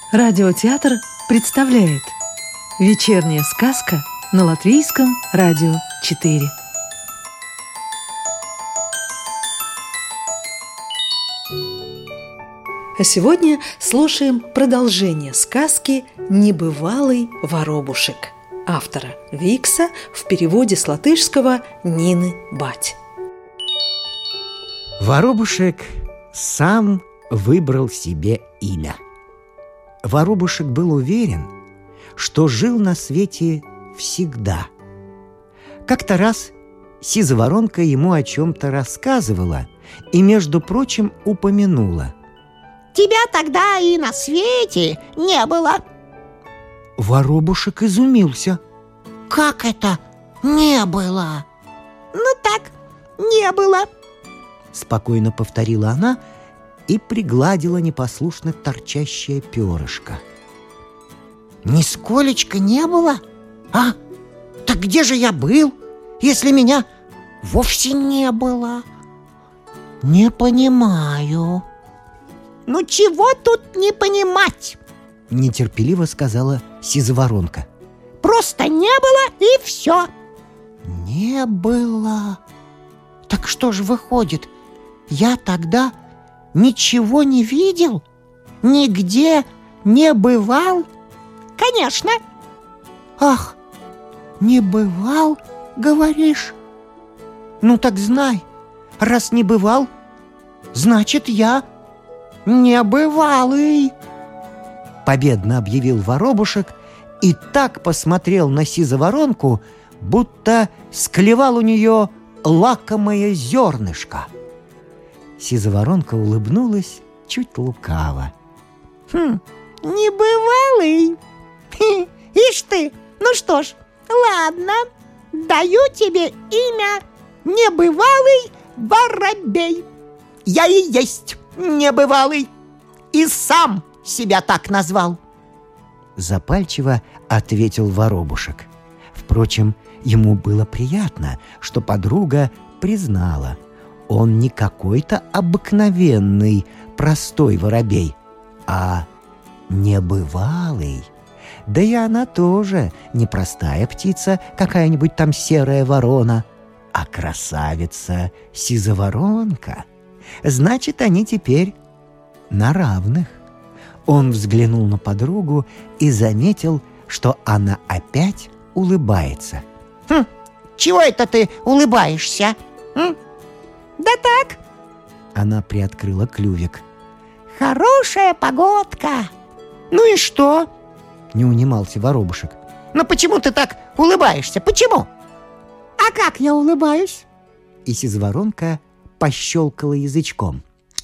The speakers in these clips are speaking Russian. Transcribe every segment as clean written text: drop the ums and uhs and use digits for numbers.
Радиотеатр представляет «Вечерняя сказка» на Латвийском радио 4. А сегодня слушаем продолжение сказки «Небывалый воробушек» автора Викса в переводе с латышского Нины Бать. Воробушек сам выбрал себе имя. Воробушек был уверен, что жил на свете всегда. Как-то раз Сиза-воронка ему о чем-то рассказывала и, между прочим, упомянула: «Тебя тогда и на свете не было». Воробушек изумился. «Как это не было?» «Ну так, не было», — спокойно повторила она и пригладила непослушно торчащее перышко. «Нисколечко не было? А? Так где же я был, если меня вовсе не было? Не понимаю». «Ну чего тут не понимать?» — нетерпеливо сказала Сиза-воронка. «Просто не было и все». «Не было? Так что же выходит, я тогда ничего не видел? Нигде не бывал?» «Конечно». «Ах, не бывал, говоришь? Ну так знай, раз не бывал, значит, я небывалый», — победно объявил воробушек и так посмотрел на Сиза-воронку, будто склевал у нее лакомое зернышко. Сиза-воронка улыбнулась чуть лукаво. «Небывалый? Ишь ты! Ну что ж, ладно, даю тебе имя Небывалый воробей». «Я и есть небывалый, и сам себя так назвал», — запальчиво ответил воробушек. Впрочем, ему было приятно, что подруга признала: он не какой-то обыкновенный, простой воробей, а небывалый. Да и она тоже не простая птица, какая-нибудь там серая ворона, а красавица Сиза-воронка. Значит, они теперь на равных. Он взглянул на подругу и заметил, что она опять улыбается. Чего это ты улыбаешься? Да так. Она приоткрыла клювик. Хорошая погодка. Ну и что? Не унимался воробушек. Но почему ты так улыбаешься? Почему? А как я улыбаюсь? И Сиза-воронка пощелкала язычком.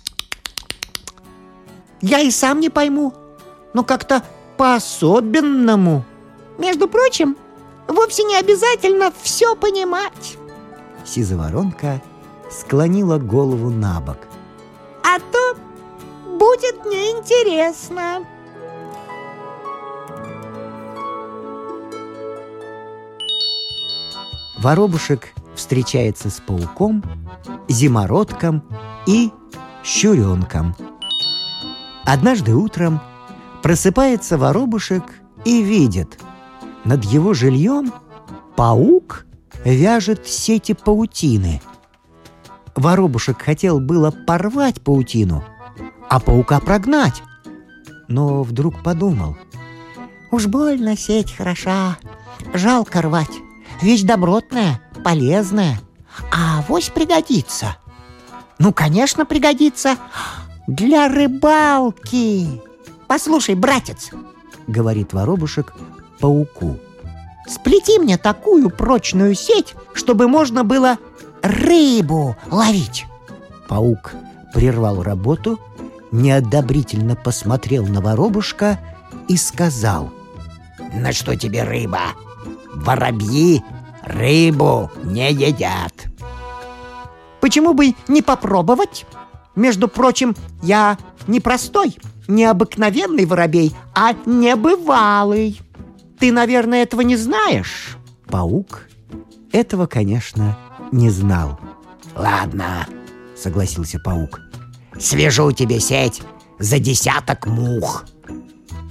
Я и сам не пойму, но как-то по-особенному. Между прочим, вовсе не обязательно все понимать. Сиза-воронка склонила голову на бок. А то будет неинтересно. Воробушек встречается с пауком, зимородком и щуренком. Однажды утром просыпается воробушек и видит: над его жильем паук вяжет сети паутины. Воробушек хотел было порвать паутину, а паука прогнать, но вдруг подумал: уж больно сеть хороша, жалко рвать, вещь добротная, полезная, а авось пригодится. Ну, конечно, пригодится. Для рыбалки. Послушай, братец, говорит воробушек пауку, сплети мне такую прочную сеть, чтобы можно было рыбу ловить. Паук прервал работу, неодобрительно посмотрел на воробушка и сказал: «На что тебе рыба? Воробьи рыбу не едят». «Почему бы не попробовать? Между прочим, я не простой, не обыкновенный воробей, а небывалый. Ты, наверное, этого не знаешь?» Паук этого, конечно, не знал. «Ладно», — согласился паук, — «свяжу тебе сеть за 10 мух».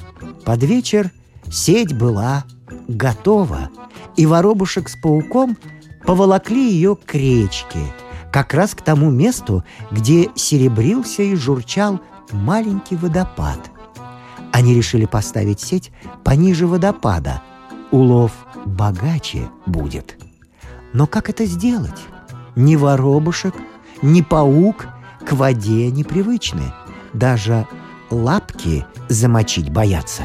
Под вечер сеть была готова, и воробушек с пауком поволокли ее к речке, как раз к тому месту, где серебрился и журчал маленький водопад. Они решили поставить сеть пониже водопада. Улов богаче будет. Но как это сделать? Ни воробушек, ни паук к воде непривычны. Даже лапки замочить боятся.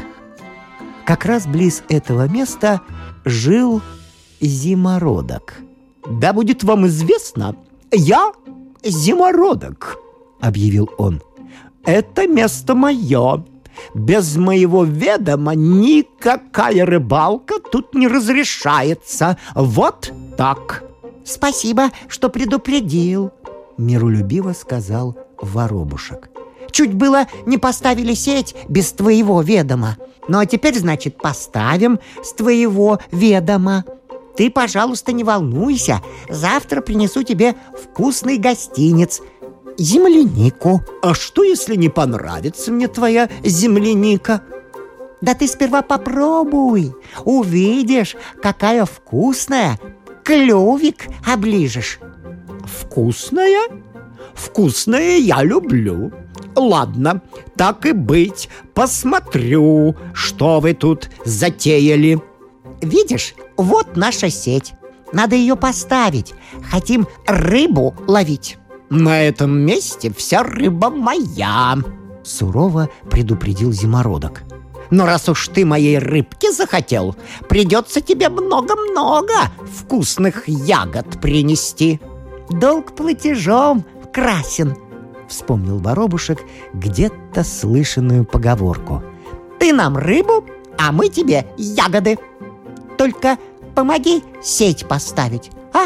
Как раз близ этого места жил зимородок. «Да будет вам известно, я зимородок», — объявил он. «Это место мое. Без моего ведома никакая рыбалка тут не разрешается. Вот так». «Спасибо, что предупредил», — миролюбиво сказал воробушек. «Чуть было не поставили сеть без твоего ведома. Ну а теперь, значит, поставим с твоего ведома. Ты, пожалуйста, не волнуйся. Завтра принесу тебе вкусный гостинец. Землянику». «А что, если не понравится мне твоя земляника?» «Да ты сперва попробуй. Увидишь, какая вкусная. Клювик оближешь». «Вкусная? Вкусное я люблю. Ладно, так и быть, посмотрю, что вы тут затеяли». «Видишь, вот наша сеть. Надо ее поставить. Хотим рыбу ловить». «На этом месте вся рыба моя», — сурово предупредил зимородок. «Но раз уж ты моей рыбки захотел, придется тебе много-много вкусных ягод принести. Долг платежом красен», — вспомнил воробушек где-то слышанную поговорку. «Ты нам рыбу, а мы тебе ягоды. Только помоги сеть поставить, а?»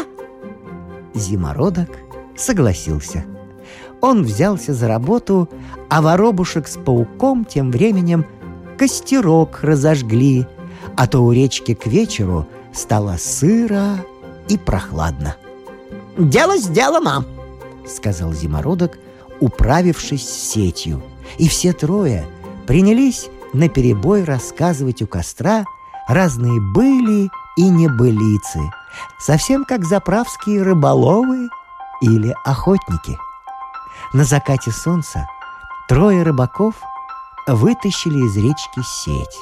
Зимородок согласился. Он взялся за работу, а воробушек с пауком тем временем костерок разожгли, а то у речки к вечеру стало сыро и прохладно. «Дело сделано», — сказал зимородок, управившись с сетью. И все трое принялись наперебой рассказывать у костра разные были и небылицы, совсем как заправские рыболовы или охотники. На закате солнца трое рыбаков вытащили из речки сеть.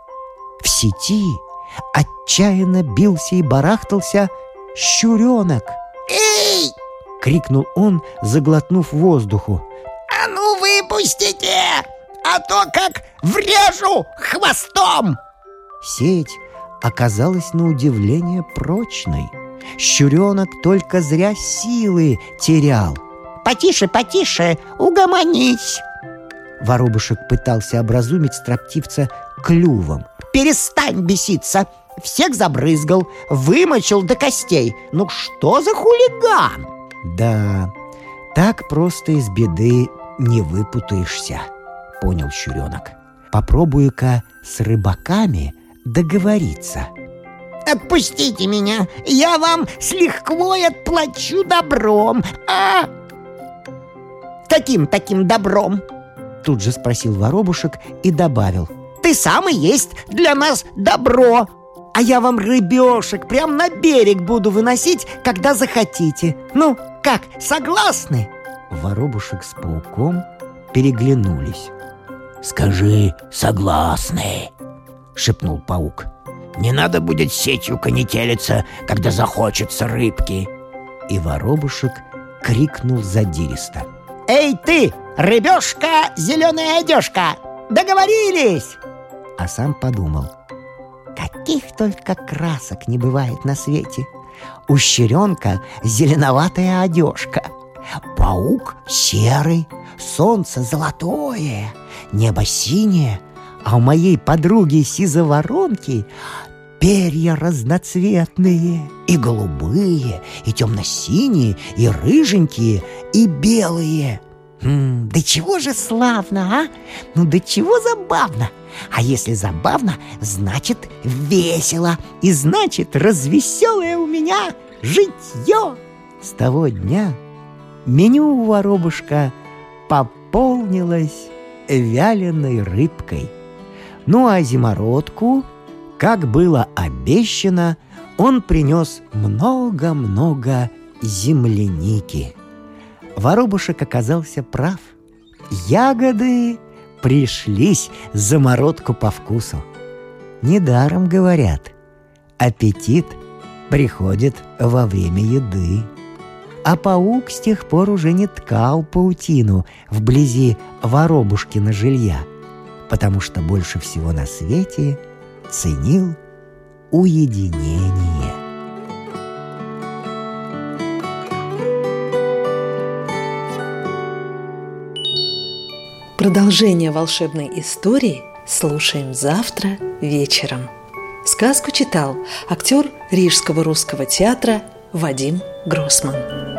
В сети отчаянно бился и барахтался щуренок. «Эй!» — крикнул он, заглотнув воздуху. «А ну выпустите, а то как врежу хвостом!» Сеть оказалась на удивление прочной. Щуренок только зря силы терял. «Потише, потише, угомонись!» Воробушек пытался образумить строптивца клювом. «Перестань беситься! Всех забрызгал, вымочил до костей. Ну что за хулиган?» «Да, так просто из беды не выпутаешься», — понял щуренок. «Попробую-ка с рыбаками договориться». «Отпустите меня, я вам с лихвой отплачу добром. А каким таким добром?» Тут же спросил воробушек и добавил: «Ты сам и есть для нас добро. А я вам рыбешек прям на берег буду выносить, когда захотите. Ну, как, согласны?» Воробушек с пауком переглянулись. «Скажи, согласны», — шепнул паук. «Не надо будет сетью конетелиться, когда захочется рыбки». И воробушек крикнул задиристо: «Эй ты, рыбешка, зеленая одежка! Договорились!» А сам подумал: каких только красок не бывает на свете. У щуренка зеленоватая одежка, паук серый, солнце золотое, небо синее, а у моей подруги сизоворонки перья разноцветные, и голубые, и темно-синие, и рыженькие, и белые. Да чего же славно, а? Ну да чего забавно. А если забавно, значит весело. И значит развеселое у меня житье. С того дня меню у воробушка пополнилось вяленой рыбкой. Ну а зимородку, как было обещано, он принес много-много земляники. Воробушек оказался прав. Ягоды пришлись замородку по вкусу. Недаром говорят, аппетит приходит во время еды. А паук с тех пор уже не ткал паутину вблизи воробушкина жилья, потому что больше всего на свете ценил уединение. Продолжение волшебной истории слушаем завтра вечером. Сказку читал актер Рижского русского театра Вадим Гроссман.